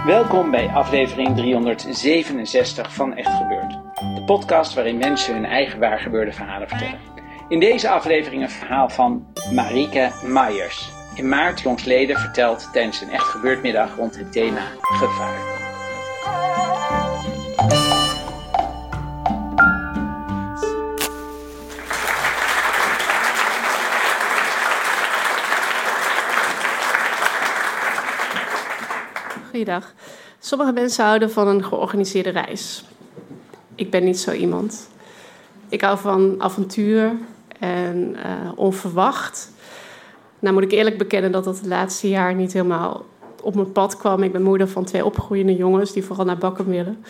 Welkom bij aflevering 367 van Echt Gebeurd. De podcast waarin mensen hun eigen waargebeurde verhalen vertellen. In deze aflevering een verhaal van Marieke Meijers. In maart jongsleden verteld tijdens een Echt Gebeurd middag rond het thema gevaar. Goeiedag. Sommige mensen houden van een georganiseerde reis. Ik ben niet zo iemand. Ik hou van avontuur en onverwacht. Nou moet ik eerlijk bekennen dat het laatste jaar niet helemaal op mijn pad kwam. Ik ben moeder van 2 opgroeiende jongens die vooral naar Bakken willen.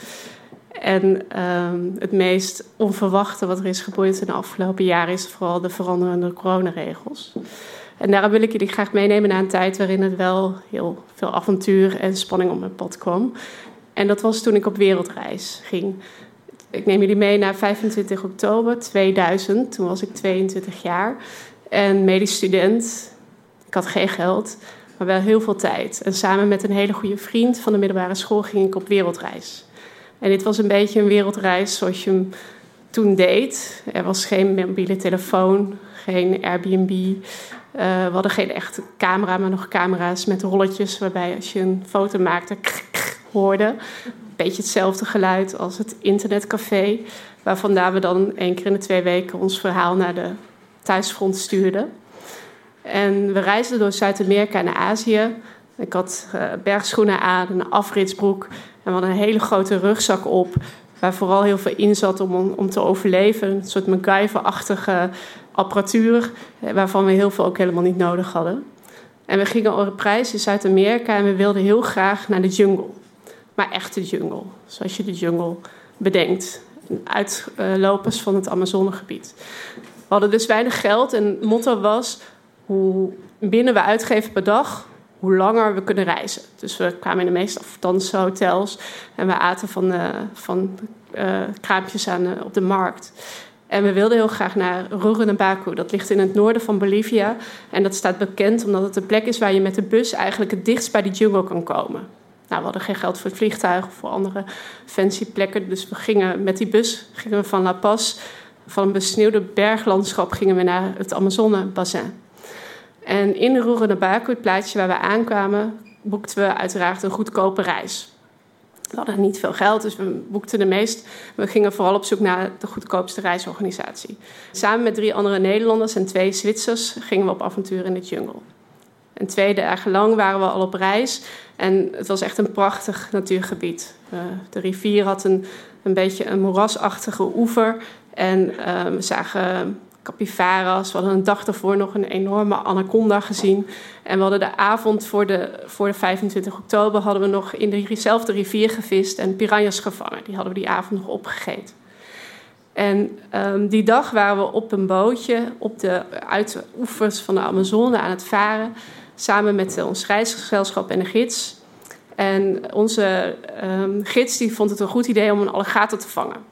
En het meest onverwachte wat er is gebeurd in de afgelopen jaren is vooral de veranderende coronaregels. En daarom wil ik jullie graag meenemen naar een tijd waarin het wel heel veel avontuur en spanning op mijn pad kwam. En dat was toen ik op wereldreis ging. Ik neem jullie mee naar 25 oktober 2000. Toen was ik 22 jaar en medisch student. Ik had geen geld, maar wel heel veel tijd. En samen met een hele goede vriend van de middelbare school ging ik op wereldreis. En dit was een beetje een wereldreis zoals je hem toen deed. Er was geen mobiele telefoon, geen Airbnb. We hadden geen echte camera, maar nog camera's met rolletjes waarbij als je een foto maakte, hoorde. Een beetje hetzelfde geluid als het internetcafé, waar vandaan we dan 1 keer in de 2 weken ons verhaal naar de thuisfront stuurden. En we reisden door Zuid-Amerika naar Azië. Ik had bergschoenen aan, een afritsbroek en we hadden een hele grote rugzak op, waar vooral heel veel in zat om te overleven. Een soort MacGyver-achtige apparatuur, waarvan we heel veel ook helemaal niet nodig hadden. En we gingen op reis in Zuid-Amerika en we wilden heel graag naar de jungle. Maar echt de jungle, zoals je de jungle bedenkt. Uitlopers van het Amazonegebied. We hadden dus weinig geld en het motto was, hoe minder we uitgeven per dag, hoe langer we kunnen reizen. Dus we kwamen in de meest afstandse hotels en we aten van kraampjes op de markt. En we wilden heel graag naar Rurrenabaque. Dat ligt in het noorden van Bolivia. En dat staat bekend omdat het een plek is waar je met de bus eigenlijk het dichtst bij die jungle kan komen. Nou, we hadden geen geld voor het vliegtuig of voor andere fancy plekken. Dus we gingen met die bus van La Paz, van een besneeuwde berglandschap, gingen we naar het Amazone-bassin. En in Rurrenabaque, het plaatsje waar we aankwamen, boekten we uiteraard een goedkope reis. We hadden niet veel geld, dus we boekten de meest. We gingen vooral op zoek naar de goedkoopste reisorganisatie. Samen met 3 andere Nederlanders en 2 Zwitsers gingen we op avontuur in de jungle. En 2 dagen lang waren we al op reis. En het was echt een prachtig natuurgebied. De rivier had een beetje een moerasachtige oever. En we zagen capybaras. We hadden een dag daarvoor nog een enorme anaconda gezien. En we hadden de avond voor de 25 oktober hadden we nog in dezelfde rivier gevist en piranhas gevangen. Die hadden we die avond nog opgegeten. En die dag waren we op een bootje uit de oevers van de Amazone aan het varen, samen met ons reisgezelschap en de gids. En onze gids die vond het een goed idee om een alligator te vangen.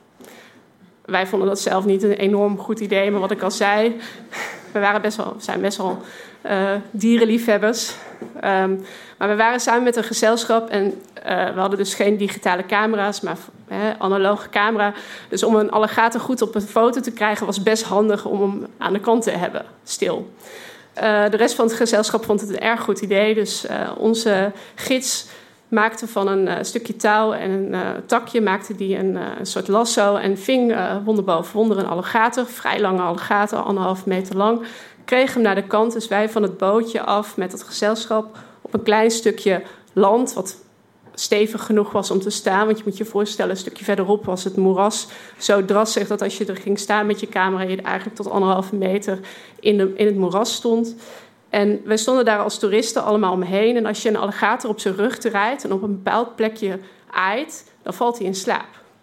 Wij vonden dat zelf niet een enorm goed idee, maar wat ik al zei, we zijn best wel dierenliefhebbers. Maar we waren samen met een gezelschap en we hadden dus geen digitale camera's, maar analoge camera. Dus om een alligator goed op een foto te krijgen was best handig om hem aan de kant te hebben, stil. De rest van het gezelschap vond het een erg goed idee, dus onze gids maakte van een stukje touw en een takje maakte die een soort lasso en ving wonder boven wonder een alligator, vrij lange alligator, 1,5 meter lang. Kreeg hem naar de kant, dus wij van het bootje af met het gezelschap op een klein stukje land, wat stevig genoeg was om te staan. Want je moet je voorstellen, een stukje verderop was het moeras zo drassig dat als je er ging staan met je camera, je eigenlijk tot 1,5 meter in het moeras stond. En wij stonden daar als toeristen allemaal omheen. En als je een alligator op zijn rug draait en op een bepaald plekje aait, dan valt hij in slaap.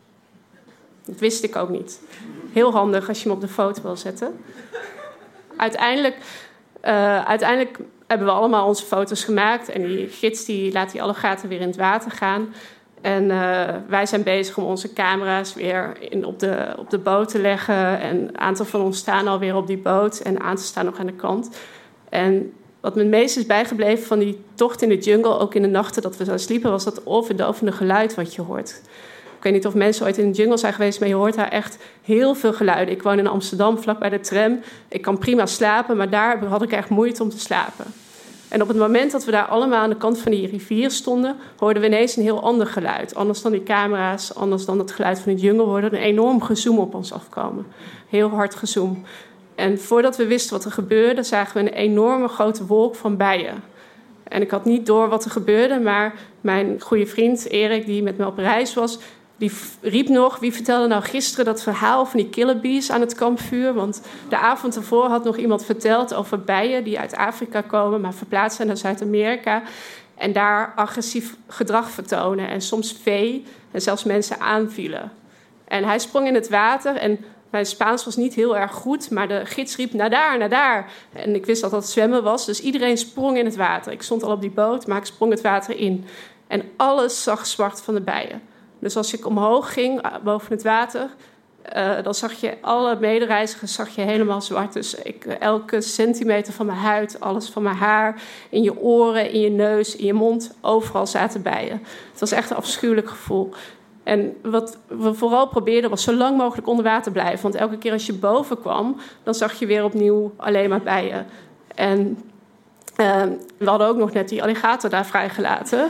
Dat wist ik ook niet. Heel handig als je hem op de foto wil zetten. Uiteindelijk hebben we allemaal onze foto's gemaakt. En die gids die laat die alligator weer in het water gaan. En wij zijn bezig om onze camera's weer op de boot te leggen. En een aantal van ons staan alweer op die boot en aan te staan nog aan de kant. En Wat me het meest is bijgebleven van die tocht in de jungle, ook in de nachten dat we zo sliepen, was dat oorverdovende geluid wat je hoort. Ik weet niet of mensen ooit in de jungle zijn geweest, maar je hoort daar echt heel veel geluiden. Ik woon in Amsterdam, vlak bij de tram. Ik kan prima slapen, maar daar had ik echt moeite om te slapen. En op het moment dat we daar allemaal aan de kant van die rivier stonden, hoorden we ineens een heel ander geluid. Anders dan die camera's, anders dan het geluid van de jungle, hoorden we een enorm gezoem op ons afkomen. Heel hard gezoem. En voordat we wisten wat er gebeurde, zagen we een enorme grote wolk van bijen. En ik had niet door wat er gebeurde, maar mijn goede vriend Erik, die met me op reis was, die riep nog: wie vertelde nou gisteren dat verhaal van die killer bees aan het kampvuur? Want de avond ervoor had nog iemand verteld over bijen die uit Afrika komen, maar verplaatst zijn naar Zuid-Amerika. En daar agressief gedrag vertonen en soms vee en zelfs mensen aanvielen. En hij sprong in het water en mijn Spaans was niet heel erg goed, maar de gids riep naar daar, naar daar. En ik wist dat dat zwemmen was, dus iedereen sprong in het water. Ik stond al op die boot, maar ik sprong het water in. En alles zag zwart van de bijen. Dus als ik omhoog ging, boven het water, dan zag je alle medereizigers zag je helemaal zwart. Dus elke centimeter van mijn huid, alles van mijn haar, in je oren, in je neus, in je mond, overal zaten bijen. Het was echt een afschuwelijk gevoel. En wat we vooral probeerden was zo lang mogelijk onder water blijven. Want elke keer als je boven kwam, dan zag je weer opnieuw alleen maar bijen. En we hadden ook nog net die alligator daar vrijgelaten.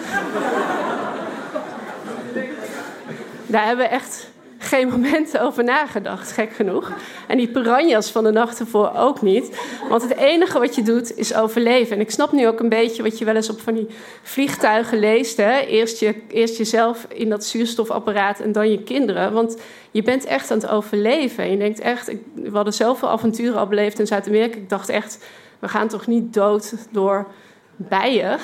Daar hebben we echt geen momenten over nagedacht, gek genoeg. En die piranha's van de nacht ervoor ook niet. Want het enige wat je doet is overleven. En ik snap nu ook een beetje wat je wel eens op van die vliegtuigen leest. Hè? Eerst jezelf in dat zuurstofapparaat en dan je kinderen. Want je bent echt aan het overleven. En je denkt echt, we hadden zoveel avonturen al beleefd in Zuid-Amerika. Ik dacht echt, we gaan toch niet dood door bijen?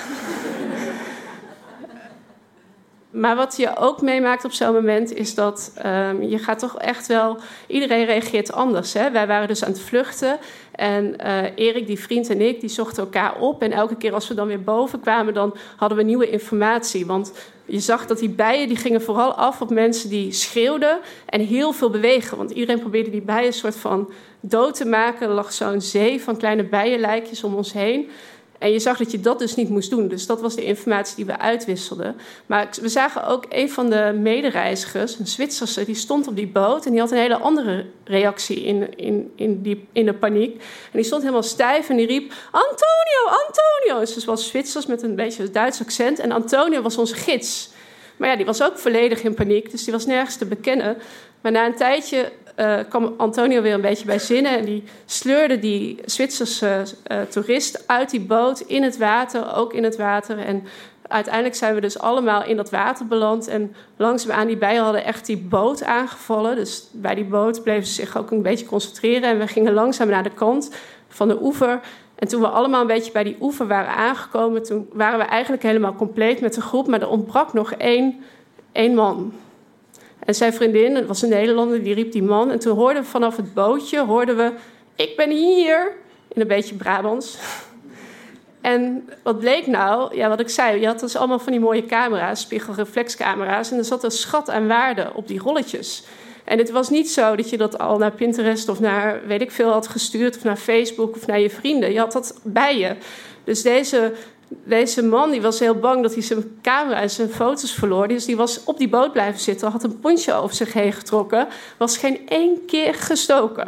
Maar wat je ook meemaakt op zo'n moment is dat je gaat toch echt wel... Iedereen reageert anders. Hè? Wij waren dus aan het vluchten. En Erik, die vriend en ik, die zochten elkaar op. En elke keer als we dan weer boven kwamen, dan hadden we nieuwe informatie. Want je zag dat die bijen, die gingen vooral af op mensen die schreeuwden en heel veel bewegen. Want iedereen probeerde die bijen een soort van dood te maken. Er lag zo'n zee van kleine bijenlijkjes om ons heen. En je zag dat je dat dus niet moest doen. Dus dat was de informatie die we uitwisselden. Maar we zagen ook een van de medereizigers, een Zwitserse, die stond op die boot. En die had een hele andere reactie in de paniek. En die stond helemaal stijf en die riep: Antonio, Antonio! Dus ze was Zwitsers met een beetje Duits accent. En Antonio was onze gids. Maar ja, die was ook volledig in paniek. Dus die was nergens te bekennen. Maar na een tijdje kwam Antonio weer een beetje bij zinnen. En die sleurde die Zwitserse toerist uit die boot in het water, ook in het water. En uiteindelijk zijn we dus allemaal in dat water beland. En langzaamaan, die bijen hadden echt die boot aangevallen. Dus bij die boot bleven ze zich ook een beetje concentreren. En we gingen langzaam naar de kant van de oever. En toen we allemaal een beetje bij die oever waren aangekomen, toen waren we eigenlijk helemaal compleet met de groep. Maar er ontbrak nog één man. En zijn vriendin, het was een Nederlander, die riep die man. En toen hoorden we vanaf het bootje, ik ben hier, in een beetje Brabants. En wat bleek nou? Ja, wat ik zei, je had dus allemaal van die mooie camera's, spiegelreflexcamera's. En er zat een schat aan waarde op die rolletjes. En het was niet zo dat je dat al naar Pinterest of naar, weet ik veel, had gestuurd. Of naar Facebook of naar je vrienden. Je had dat bij je. Dus deze man die was heel bang dat hij zijn camera en zijn foto's verloor. Dus die was op die boot blijven zitten. Had een poncho over zich heen getrokken. Was geen 1 keer gestoken.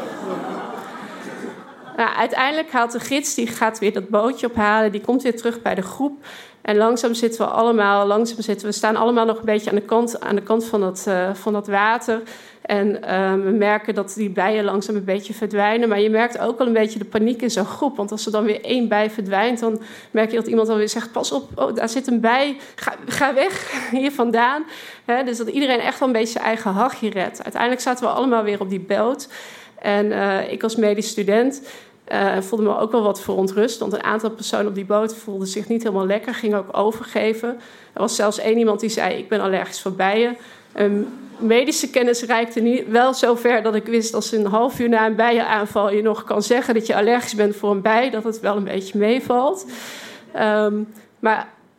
Nou, uiteindelijk haalt de gids, die gaat weer dat bootje ophalen. Die komt weer terug bij de groep. En langzaam we staan allemaal nog een beetje aan de kant van dat water. En we merken dat die bijen langzaam een beetje verdwijnen. Maar je merkt ook wel een beetje de paniek in zo'n groep. Want als er dan weer 1 bij verdwijnt, dan merk je dat iemand dan weer zegt: pas op, oh, daar zit een bij, ga weg hier vandaan. Dus dat iedereen echt wel een beetje zijn eigen hachje redt. Uiteindelijk zaten we allemaal weer op die boot. En ik als medisch student voelde me ook wel wat verontrust. Want een aantal personen op die boot voelden zich niet helemaal lekker, gingen ook overgeven. Er was zelfs 1 iemand die zei: ik ben allergisch voor bijen. Medische kennis reikte wel zo ver dat ik wist, als een half uur na een bijenaanval je nog kan zeggen dat je allergisch bent voor een bij, dat het wel een beetje meevalt. Maar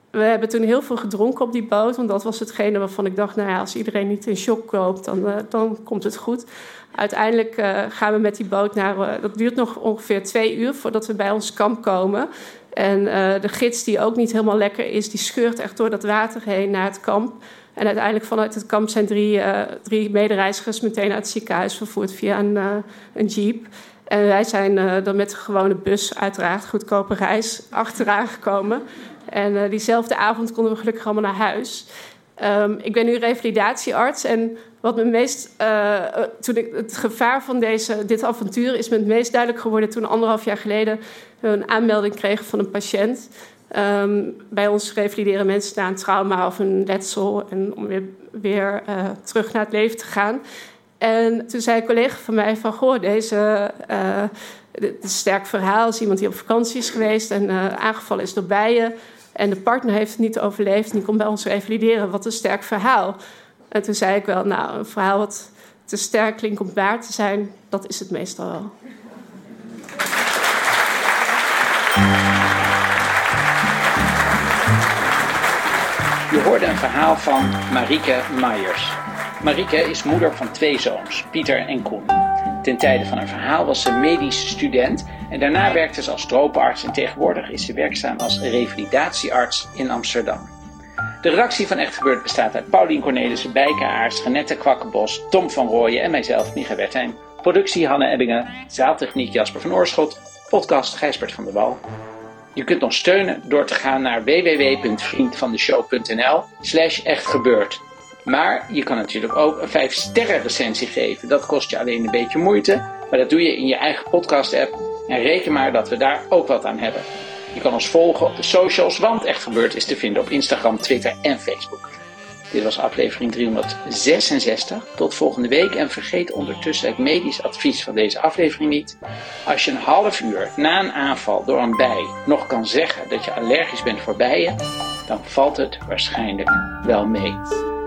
We hebben toen heel veel gedronken op die boot. Want dat was hetgene waarvan ik dacht, nou ja, als iedereen niet in shock loopt, dan komt het goed. Uiteindelijk gaan we met die boot naar... dat duurt nog ongeveer 2 uur voordat we bij ons kamp komen. En de gids, die ook niet helemaal lekker is, die scheurt echt door dat water heen naar het kamp. En uiteindelijk vanuit het kamp zijn 3 medereizigers meteen uit het ziekenhuis vervoerd via een jeep. En wij zijn dan met een gewone bus, uiteraard goedkope reis, achteraan gekomen. En diezelfde avond konden we gelukkig allemaal naar huis. Ik ben nu revalidatiearts en wat me het gevaar van dit avontuur is me het meest duidelijk geworden toen 1,5 jaar geleden we een aanmelding kregen van een patiënt. Bij ons revalideren mensen na een trauma of een letsel en om weer terug naar het leven te gaan. En toen zei een collega van mij van, goh, dit is een sterk verhaal. Is iemand die op vakantie is geweest en aangevallen is door bijen. En de partner heeft het niet overleefd en die komt bij ons revalideren. Wat een sterk verhaal. En toen zei ik wel, nou, een verhaal wat te sterk klinkt om waar te zijn, dat is het meestal wel. Je hoorde een verhaal van Marieke Myers. Marieke is moeder van 2 zoons, Pieter en Koen. Ten tijde van haar verhaal was ze medisch student en daarna werkte ze als tropenarts en tegenwoordig is ze werkzaam als revalidatiearts in Amsterdam. De redactie van Echt Gebeurd bestaat uit Paulien Cornelissen, Bijke Aars, Renette Kwakkenbos, Tom van Rooyen en mijzelf, Micha Wertheim. Productie Hanne Ebbingen, zaaltechniek Jasper van Oorschot, podcast Gijsbert van der Wal. Je kunt ons steunen door te gaan naar www.vriendvandeshow.nl/echtgebeurd. Maar je kan natuurlijk ook een 5-sterren recensie geven. Dat kost je alleen een beetje moeite, maar dat doe je in je eigen podcast-app. En reken maar dat we daar ook wat aan hebben. Je kan ons volgen op de socials, want Echt Gebeurd is te vinden op Instagram, Twitter en Facebook. Dit was aflevering 366. Tot volgende week en vergeet ondertussen het medisch advies van deze aflevering niet. Als je een half uur na een aanval door een bij nog kan zeggen dat je allergisch bent voor bijen, dan valt het waarschijnlijk wel mee.